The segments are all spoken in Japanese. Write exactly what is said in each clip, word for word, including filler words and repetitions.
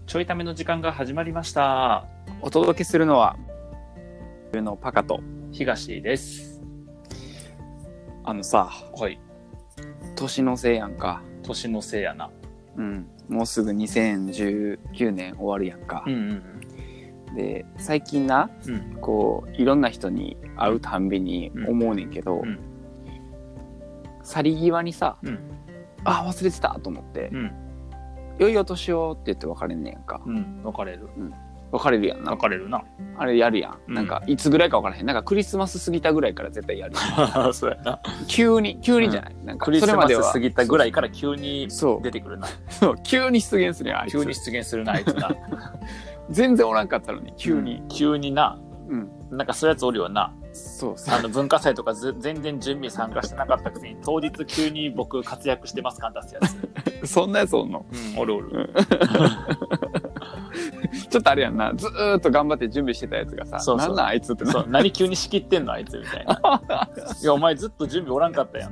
ちょいための時間が始まりました。 お届けするのはのパカと東です。 あのさ、 はい。 年のせいやんか。 年のせいやな。 うん。もうすぐにせんじゅうきゅうねん終わるやんか。 うんうんうん、 で、最近な、うん、こういろんな人に会うたんびに思うねんけど、うんうん、去り際にさ、うん、あ忘れてたと思って。うん、良いお年をって言って別れんねやんか。 うん、別れる。うん、 別れるやんな。 別れるな。 あれやるやん。うん、なんかいつぐらいか分からへん。なんかクリスマス過ぎたぐらいから絶対やるやん。 そうやな。 急に急にじゃない。うん、なんかクリスマス過ぎたぐらいから急に出てくるな。 そう、急に出現するやんあいつ。 急に出現するなあいつな。 全然おらんかったのに急に、 うん、急にな。うん。なんかそういうやつおるよな。 そうそう。 あの文化祭とかず全然準備参加してなかったくせに当日急に僕活躍してます感出すやつ。 そんなやつおんの？ うん、おるおる。 ちょっとあれやんな、ずーっと頑張って準備してたやつがさ、そうそうなんなんあいつってな。 そう何急に仕切ってんのあいつみたいな。いやお前ずっと準備おらんかったやん。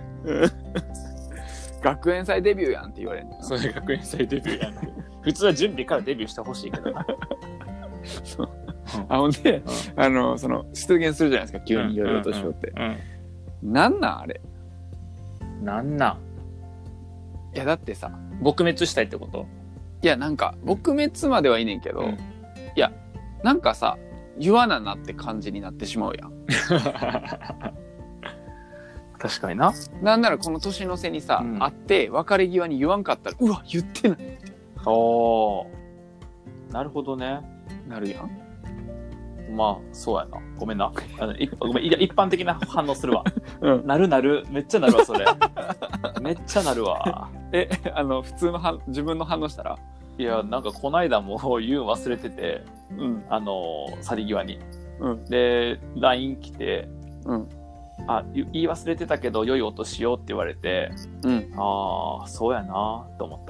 学園祭デビューやんって言われるの。 それ学園祭デビューやんって。普通は準備からデビューしてほしいけどな。 そう。あほんで、うん、あのその出現するじゃないですか急に夜お年をって、うんうんうん、なんなんあれなんなんいやだってさ撲滅したいってこと？ いやなんか撲滅まではいいねんけど、うん、いやなんかさ言わななって感じになってしまうやん。 確かにな。 なんならこの年の瀬にさ、うん、会って別れ際に言わんかったらうわ言ってないって。 おーなるほどね。 なるやん。 まあそうやな。ごめんな。あのごめんいや一般的な反応するわ。うん、なるなるめっちゃなるわそれ。めっちゃなるわ。 えあの普通のは自分の反応したらいやなんかこないだも言うん忘れてて、うん、あの去り際に、うん、で ライン 来て、うん、あ言い忘れてたけど良いお年をって言われて、うん、ああそうやなと思った。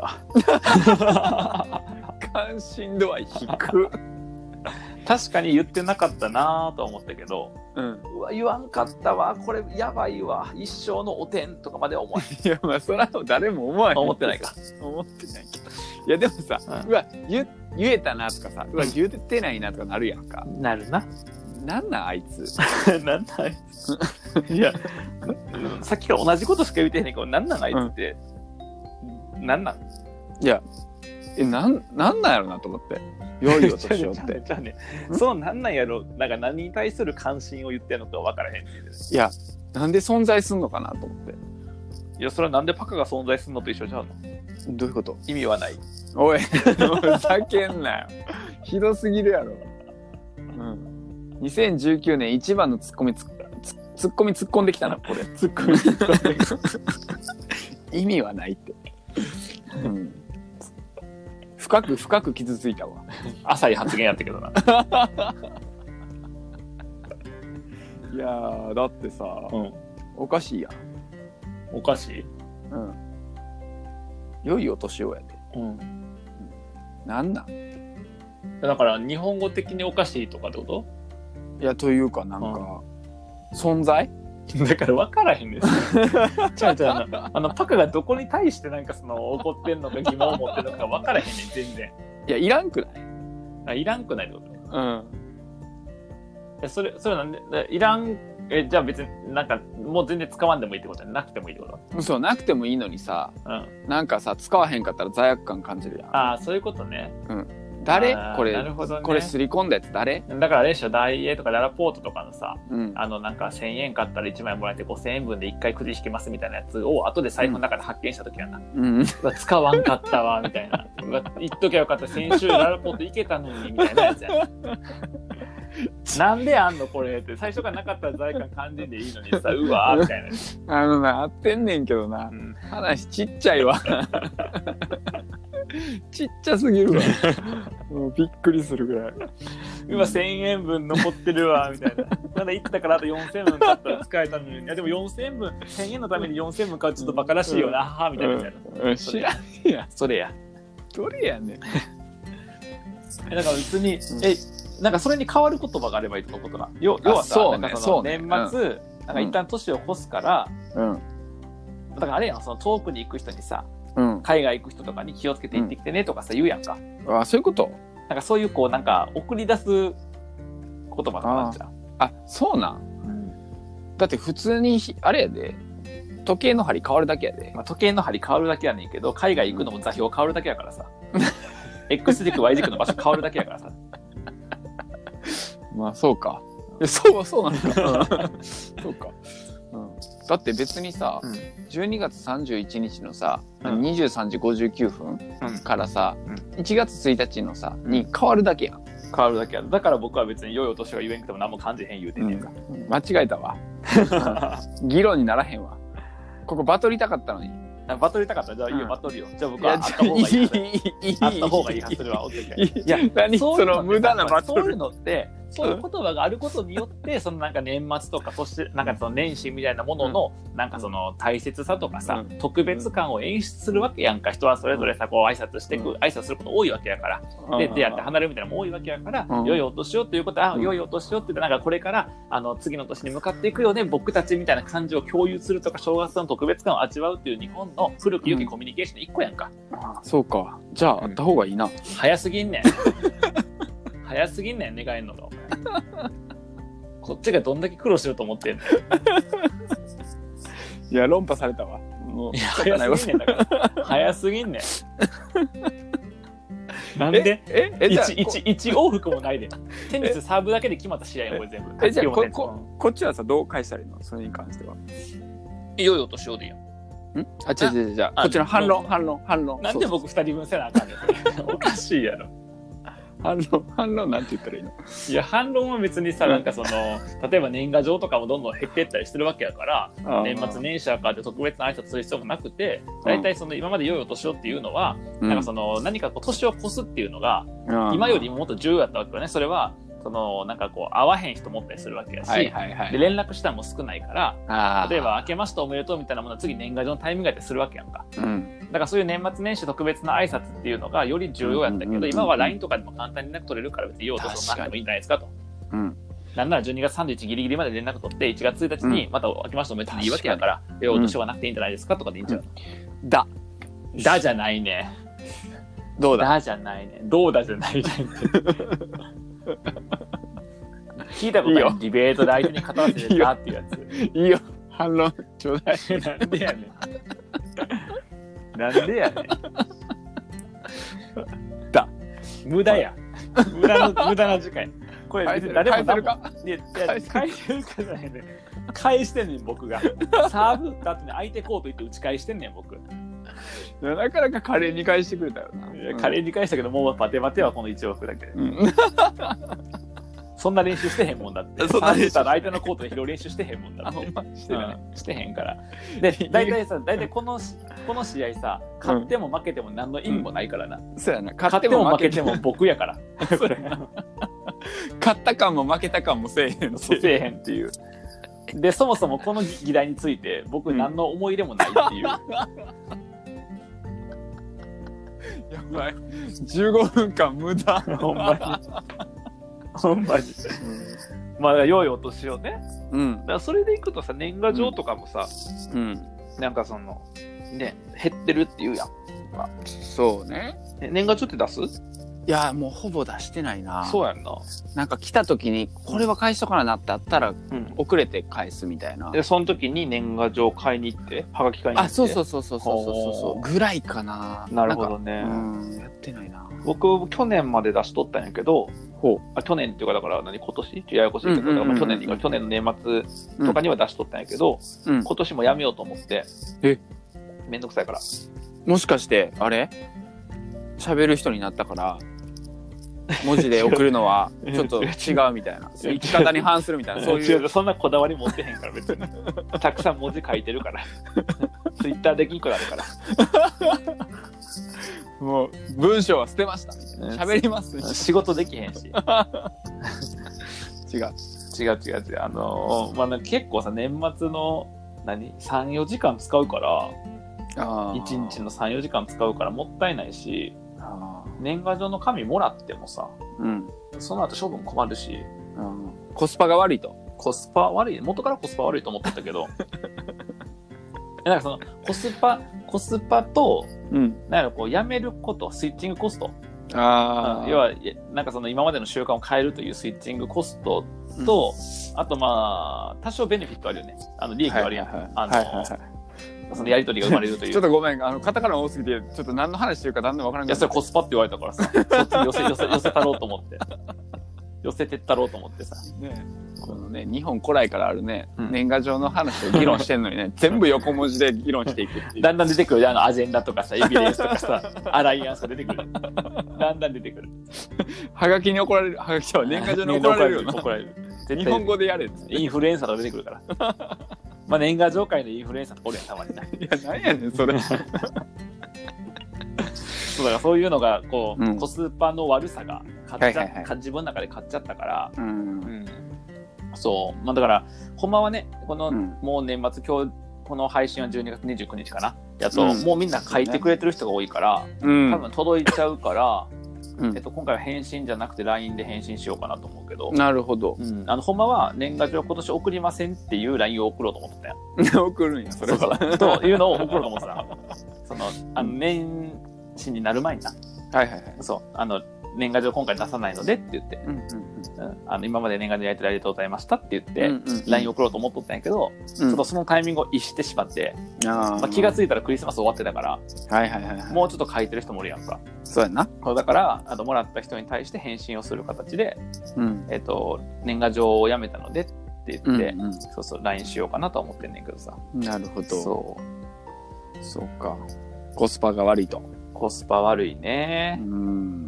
関心度は低く。 確かに言ってなかったなと思ったけど、うん、うわ言わんかったわこれやばいわ一生のおてんとかまで思わない。 いやまあそれは誰も思わへん。 思ってないか。 思ってないけど。いやでもさ、うん、うわ 言, 言えたなとかさ、うわ言ってないなとかなるやんか。 なるな。 なんなんあいつ。 なんなんあいつ。いやさっきから同じことしか言うてへんねんけどなんなんあいつって、うん、なんなん。 いやえなんなんなんやろなと思って。良いお年をって。 じゃあね、そうなんなんやろ。なんか何に対する関心を言ってんのか分からへんねん。 いやなんで存在すんのかなと思って。 いやそれはなんでパカが存在すんのと一緒じゃんの。 どういうこと？ 意味はない。 おいふざけんなよ。ひどすぎるやろ。うん。にせんじゅうきゅうねん一番のツッコミツッツッコミ突っ込んできたなこれ。ツッコミ突っ込んできた。意味はないって。うん。深く深く傷ついたわ。 浅い発言やったけどな。 いやーだってさ、うん、おかしいやん。 おかしい？ うん。良いお年をやで。うん。なんなん？ だから日本語的におかしいとかってこと？ いやというかなんか、うん、存在？ だから分からへんですよ。ちゃうちゃうあの、あのパカがどこに対してなんかその怒ってんのか疑問を持ってるのか分からへんねん全然。 いやいらんくない？ あいらんくないってこと？ うん。 えそれそれなんでいらんえじゃあ別になんかもう全然使わんでもいいってこと？なくてもいいってこと？ そうなくてもいいのにさ、うん、なんかさ使わへんかったら罪悪感感じるやん。 ああそういうことね。 うん。誰これ、なるほどね、これすり込んだやつ誰？ だからあれでしょダイエーとかララポートとかのさ、うん、あのなんかせんえん買ったらいちまいもらえてごせんえんぶんでいっかいくじ引けますみたいなやつを後で財布の中で発見した時はな、うん、使わんかったわみたいな言っときゃよかった先週ララポート行けたのにみたいなやつやな。なんであんのこれって最初からなかったら罪悪感感じんでいいのにさうわーみたいな。あのな合ってんねんけどな、うん、話ちっちゃいわ。ちっちゃすぎるわ。もうびっくりするぐらい。 今せんえんぶん残ってるわみたいな。まだ行ったからあとよんせんえんぶん買ったら使えたのに。いやでもよんせんえんぶんせんえんのためによんせんえんぶん買うちょっとバカらしいよな、は、うん、みたいな、 うんうん、知らんやそれやどれやねん。 えだから別に、うん、えなんかそれに変わる言葉があればいいってことな。要はさ、 そうね、 なんかその年末、ねうん、なんか一旦年を越すから、うん、だからあれやんその遠くに行く人にさ、うん、 海外行く人とかに気をつけて行ってきてねとかさ、言うやんか。 あ、そういうこと？ なんかそういうこうなんか送り出す言葉とかあるじゃん。 あ、そうなん、うん、だって普通にあれやで、時計の針変わるだけやで、 まあ、時計の針変わるだけやねんけど、海外行くのも座標変わるだけやからさX 軸 Y 軸の場所変わるだけやからさまあそうか、そうそうなのかそうか、うん、だって別にさ、うん、じゅうにがつさんじゅういちにちのさ、うん、にじゅうさんじごじゅうきゅうふんからさ、うん、いちがつついたちのさ、うん、に変わるだけやん。 変わるだけやん。だから僕は別に良いお年は言えんくても何も感じへん言うてんねんか、 うん、間違えたわ議論にならへんわ。ここバトりたかったのに。 バトりたかった。じゃあいいよ、うん、バトるよ。じゃあ僕はあった方がいい。あった方がいいはずは。いや、 何その無駄なバトル。 そういうのって、そういう言葉があることによって、そのなんか年末とか、そしてなんかその年始みたいなものの、うん、なんかその大切さとかさ、うん、特別感を演出するわけやんか。人はそれぞれさ、こう挨拶していく、うん、挨拶すること多いわけやから。で、出会って離れるみたいなのも多いわけやから、うん、良いお年をということは、あ、良いお年をって言って、なんかこれから、あの、次の年に向かっていくよね、僕たちみたいな感じを共有するとか、正月の特別感を味わうっていう日本の古き良きコミュニケーションの一個やんか。 うん、ああ、そうか。じゃあ、あった方がいいな。 早すぎんねん。早すぎんねん、願えんのが。こっちがどんだけ苦労してると思ってんの。 いや、論破されたわ。もういや、早すぎんねんだから。早すぎんねん。なんでええ 1, 1, 1往復もないで。テニスサーブだけで決まった試合やん、これ全部。 え、じゃあここ、こっちはさ、どう返したらいいの？それに関しては。 良いお年をでいいやん。 んあ、違う違う違う。こっちの反論、反論、反論。 なんで僕ふたりぶんせなあかんねん。おかしいやろ。 反論、反論なんて言ったらいいの？ いや、反論は別にさ、なんかその、例えば年賀状とかもどんどん減っていったりしてるわけやから、年末年始やからで特別な挨拶する必要もなくて、大体その今まで良いお年をっていうのは、うん、なんかその何かこう年を越すっていうのが、うん、今よりもっと重要だったわけよね。それは、そのなんかこう会わへん人もったりするわけやし、はいはいはい、で連絡したらも少ないから、例えば明けましておめでとうみたいなものは次年賀状のタイミングやってするわけやんか、うん、だからそういう年末年始特別な挨拶っていうのがより重要やったけど、うんうんうんうん、今は ライン とかでも簡単に連絡取れるから別に用途そんなくてもいいんじゃないですかと、うん、なんならじゅうにがつさんじゅういちギリギリまで連絡取っていちがつついたちにまた明けましておめでとうっていいわけやから、うん、用途しようがなくていいんじゃないですかとかでいいんちゃう、 うん、だだじゃないね、 どうだだじゃないね、どうだじゃないね聞いたことない。ディベートで相手に語らせてたっていうやつ。 いいよ、反論ちょうだい。 なんでやねん。なんでやねん。 だ。 無駄や。無駄の無駄な時間や。これ別に誰も返せるか。 いや、返せるかじゃないね。返してんねん僕が。サーブ打った後に相手コート行って打ち返してんねん僕。 なかなか華麗に返してくれたよな。 いや、華麗に返したけど、もうバテバテはこのいち往復だけで。うんそんな練習してへんもんだって。そんな練習したら相手のコートで拾う練習してへんもんだって。あ、ほんましてない、うん。してへんから。で、大体さ、大体この、この試合さ、勝っても負けても何の意味もないからな。 うん、そうやな。 勝っても負けても僕やから。 勝った感も負けた感もせえへん。 せえへんっていう。で、そもそもこの議題について僕何の思い入れもないっていう。 やばい。じゅうごふんかん無駄。 ほんまに。ほんまに。うん、まあ、良いお年をね。うん。だからそれでいくとさ、年賀状とかもさ、うん。なんかその、ね、減ってるって言うやん。 まあ、そうね。 年賀状って出す？ いや、もうほぼ出してないな。 そうやんな。 なんか来た時に、これは返しとかななってあったら、うん、遅れて返すみたいな。 で、その時に年賀状買いに行って、はがき買いに行って。 あ、そうそうそうそうそうそうそう。ぐらいかな。 なるほどね。 うん、やってないな。 僕、去年まで出しとったんやけど、ほうあ去年っていうか、だから何、今年ややこしいけど、うんうんうんうん、去年に去年の年末とかには出しとったんやけど、うん、今年もやめようと思って、 えめんどくさいから。 もしかして、あれ喋る人になったから、文字で送るのはちょっと違うみたいな生き方に反するみたいなそういうそんなこだわり持ってへんから別にたくさん文字書いてるからツイッターできんくなるからもう文章は捨てましたみたいな喋ります仕事できへんし違う違う違う違うあのー、まあ結構さ年末の何 さんよじかん使うからいちにちの さんよじかん使うからもったいないし年賀状の紙もらってもさ、うん、その後処分困るし、 うん、コスパが悪いとコスパ悪い元からコスパ悪いと思ってたけどなんかそのコスパコスパと、 うん、 なんかこうやめることスイッチングコスト、 あ、 要はなんかその今までの習慣を変えるというスイッチングコストと、うん、あとまあ多少ベネフィットあるよね、あの利益はあるやん、はいはいはい、あの、はいはいはい、そのやり取りが生まれるというちょっとごめん、あのカタカナ多すぎてちょっと何の話してるか何でも分からない。 いやそれコスパって言われたからさそっち寄せ寄せ寄せたろうと思って寄せてったろうと思ってさ、ね、 このね日本古来からあるね、うん、年賀状の話を議論してんのにね全部横文字で議論していくっていうだんだん出てくる、あのアジェンダとかさエビデンスとかさアライアンスが出てくるだんだん出てくるはがきに怒られる、はがきは年賀状に怒られるよな怒られる日本語でやれってインフルエンサーとか出てくるからまあ年賀状界のインフルエンサーとかおるやんたまにないや何やねんそれそうだからそういうのがこう、うん、コスパの悪さが買っちゃ、はいはいはい、自分の中で買っちゃったから、うんうん、そうまあだからほんまはねこの、うん、もう年末今日この配信はじゅうにがつにじゅうくにちかなやと、うん、もうみんな書いてくれてる人が多いから、うん、多分届いちゃうから、うんえっと、今回は返信じゃなくて ライン で返信しようかなと思うけど。 なるほど、 うん、あのほんまは年賀状今年送りませんっていう ライン を送ろうと思ってたよ送るんやそれはそうそうというのを送ろうと思ってたそのあの年始になる前にな、 はいはいはい、 そうあの年賀状今回出さないのでって言って、うんうんうん、あの今まで年賀状やりとりありがとうございましたって言って、うんうんうん、ライン 送ろうと思っとったんやけど、うん、ちょっとそのタイミングを逸してしまって、うんまあ、気がついたらクリスマス終わってたから、 はいはいはいはい、 もうちょっと書いてる人もいるやんか。 そうやな。 だからあのもらった人に対して返信をする形で、うんえー、と年賀状をやめたのでって言って、うんうん、そうそう ライン しようかなとは思ってんねんけどさ。 なるほど。 そうそうか。コスパが悪いと。 コスパ悪いね。うん、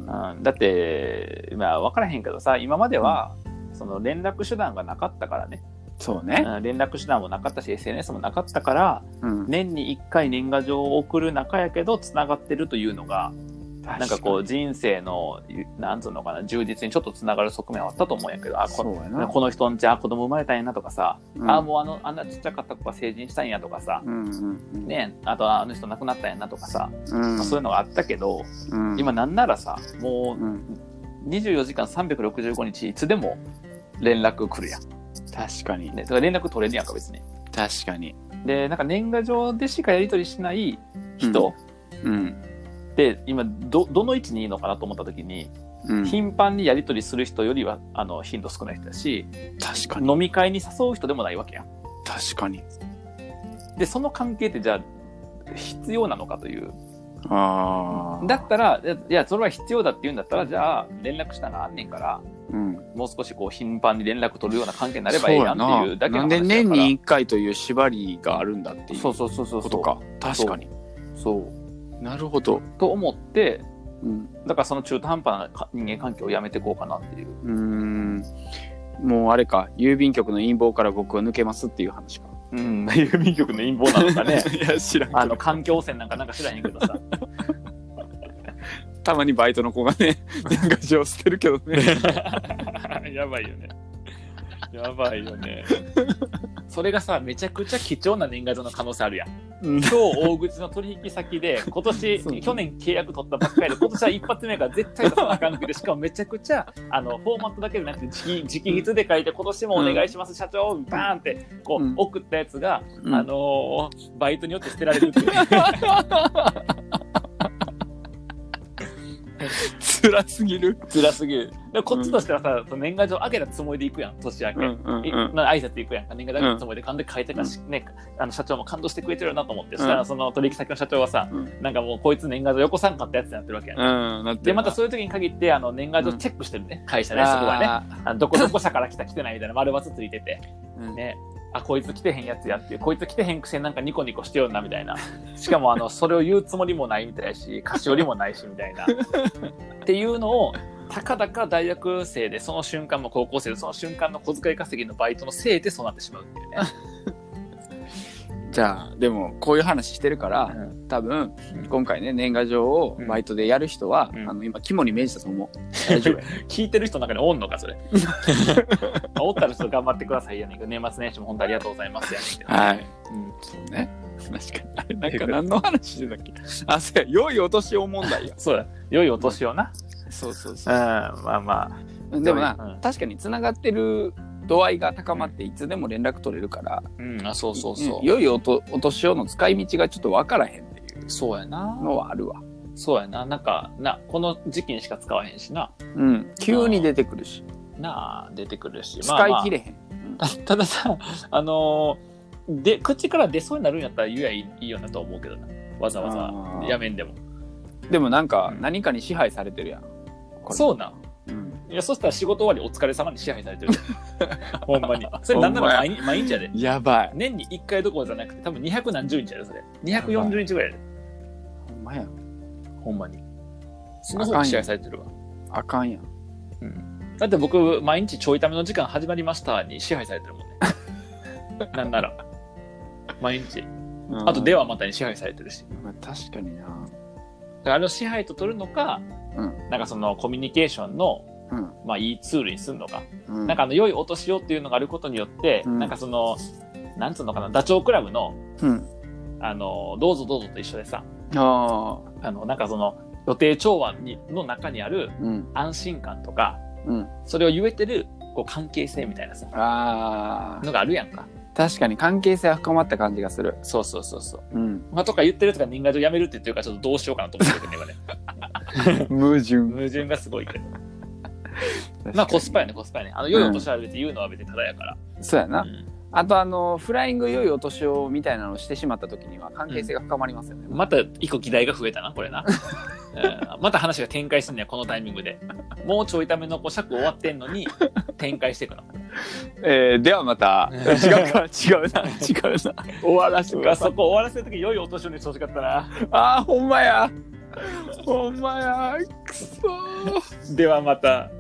うん、だってまあ分からへんけどさ今までは、うん、その連絡手段がなかったからね。 そうね、 うん、連絡手段もなかったし エスエヌエス もなかったから、うん、年にいっかい年賀状を送る仲やけどつながってるというのがなんかこう人生のなんつうのかな充実にちょっとつながる側面はあったと思うんやけどあ こ, この人んちあ子供生まれたんやなとかさ、うん、あもうあのあんなちっちゃかった子が成人したんやとかさ、うんうんうん、ねあとあの人亡くなったんやなとかさ、うんまあ、そういうのがあったけど、うん、今なんならさもうにじゅうよじかんさんびゃくろくじゅうごにちいつでも連絡来るやん。 確かに、 ね、だから連絡取れるやんか別に。 確かに。 でなんか年賀状でしかやり取りしない人、うんうんで今 ど, どの位置にいいのかなと思った時に、うん、頻繁にやり取りする人よりはあの頻度少ない人だし確かに飲み会に誘う人でもないわけやん。 確かに。 でその関係ってじゃあ必要なのかという。 あだったらいやそれは必要だって言うんだったらじゃあ連絡したがあんねんから、うん、もう少しこう頻繁に連絡取るような関係になればいいやんっていうだけの話だから。なんで年にいっかいという縛りがあるんだっていうことか。 そうそうそうそう確かに。 そうなるほどと思って、うん、だからその中途半端な人間関係をやめていこうかなっていう。 うーんもうあれか郵便局の陰謀から僕は抜けますっていう話か。 うん郵便局の陰謀なのかねいや知らんけどあの環境汚染なんかなんか知らへんけどさたまにバイトの子がね年賀状捨てるけどねやばいよねやばいよねそれがさめちゃくちゃ貴重な年賀状の可能性あるやん、うん、今日大口の取引先で今年去年契約取ったばっかりで今年は一発目から絶対出さなあかんけどしかもめちゃくちゃあのフォーマットだけでなくて直筆で書いて今年もお願いします、うん、社長バーンってこう、うん、送ったやつが、うん、あのー、バイトによって捨てられるっていう辛すぎる辛すぎる。でこっちとしてはさ、うん、年賀状開けたつもりで行くやん年明け、うんうんうん、挨拶行くやんか年賀状開けたつもりで、うん、で書いてからし、ね、あの社長も感動してくれてるなと思って、うん、そしたらその取引先の社長はさ、うん、なんかもうこいつ年賀状よこさんかったやつになってるわけやん、うん、でまたそういう時に限ってあの年賀状チェックしてるね、うん、会社でそこはねあのどこどこ社から来た来てないみたいな丸バツついてて、うん、ねあこいつ来てへんやつやっていうこいつ来てへんくせになんかニコニコしてよんなみたいなしかもあのそれを言うつもりもないみたいやし菓子折りもないしみたいなっていうのをたかだか大学生でその瞬間も高校生でその瞬間の小遣い稼ぎのバイトのせいでそうなってしまうっていうねじゃあでもこういう話してるから、うん、多分、うん、今回ね年賀状をバイトでやる人は、うん、あの今肝に銘じたと思う大丈夫聞いてる人の中におんのかそれおったらちょっと頑張ってくださいやねんけど年末年始も本当ありがとうございますやねんけどはい、うん、そうね確かにあれなんか何の話してたっけあそうや良いお年を問題やそうや良いお年をな、 うん、そうそうそう、 うん、まあまあでもな、うん、確かに繋がってる度合いが高まっていつでも連絡取れるから、 うん、あそうそうそう、 うん、良いおとお年をの使い道がちょっと分からへんっていうそうやなのはあるわ。 そうやな。なんかなこの時期にしか使わへんしな。 うん。急に出てくるし。 なあ出てくるし。 使い切れへん。 まあまあ、た, たださあのー、で口から出そうになるんやったら言えばいい、いいよなと思うけどな。わざわざやめんでも。 でもなんか何かに支配されてるやん。 そうなん。うん、いやそしたら仕事終わりお疲れ様に支配されてる。ほんまに。それなんなら毎日毎日やで。 やばい。 年にいっかいどころじゃなくて多分にひゃくなんじゅうにちやでそれ。にひゃくよんじゅうにちぐらいやで。 ほんまや。 ほんまに。その方が支配されてるわ。 あかんやん。 うん。だって僕毎日ちょいための時間始まりましたに支配されてるもんね。なんなら毎日。あとではまたに支配されてるし。 まあ、確かにな。だからあれを支配と取るのか、うん、なんかそのコミュニケーションの、うん、まあいいツールにするのか、うん、なんかあの良いお年をっていうのがあることによって、うん、なんかそのなんつうのかなダチョウ倶楽部の、うん、あのどうぞどうぞと一緒でさ、ああのなんかその予定調和にの中にある安心感とか、うん、それを言えてるこう関係性みたいなさ、あのがあるやんか。 確かに関係性は深まった感じがする。 そうそうそうそう。うん。まあとか言ってるとか人間上やめるって言ってるからちょっとどうしようかなと思ってるけど今ね。矛盾。矛盾がすごいけど。まあコスパやねコスパやね。あの良いお年は別に言うのは別にただやから。 うん、そうやな。うん、あとあのフライング良いお年をみたいなのをしてしまった時には関係性が深まりますよね。 うん、また一個議題が増えたなこれな。うん、また話が展開するんだよこのタイミングで。もうちょいためのこう尺終わってんのに展開していくの。 えー、ではまた違うか違うな違うな終わらせてそこ終わらせるとき良いお年をにしてほしかったな。 あーほんまやほんまやくそではまた。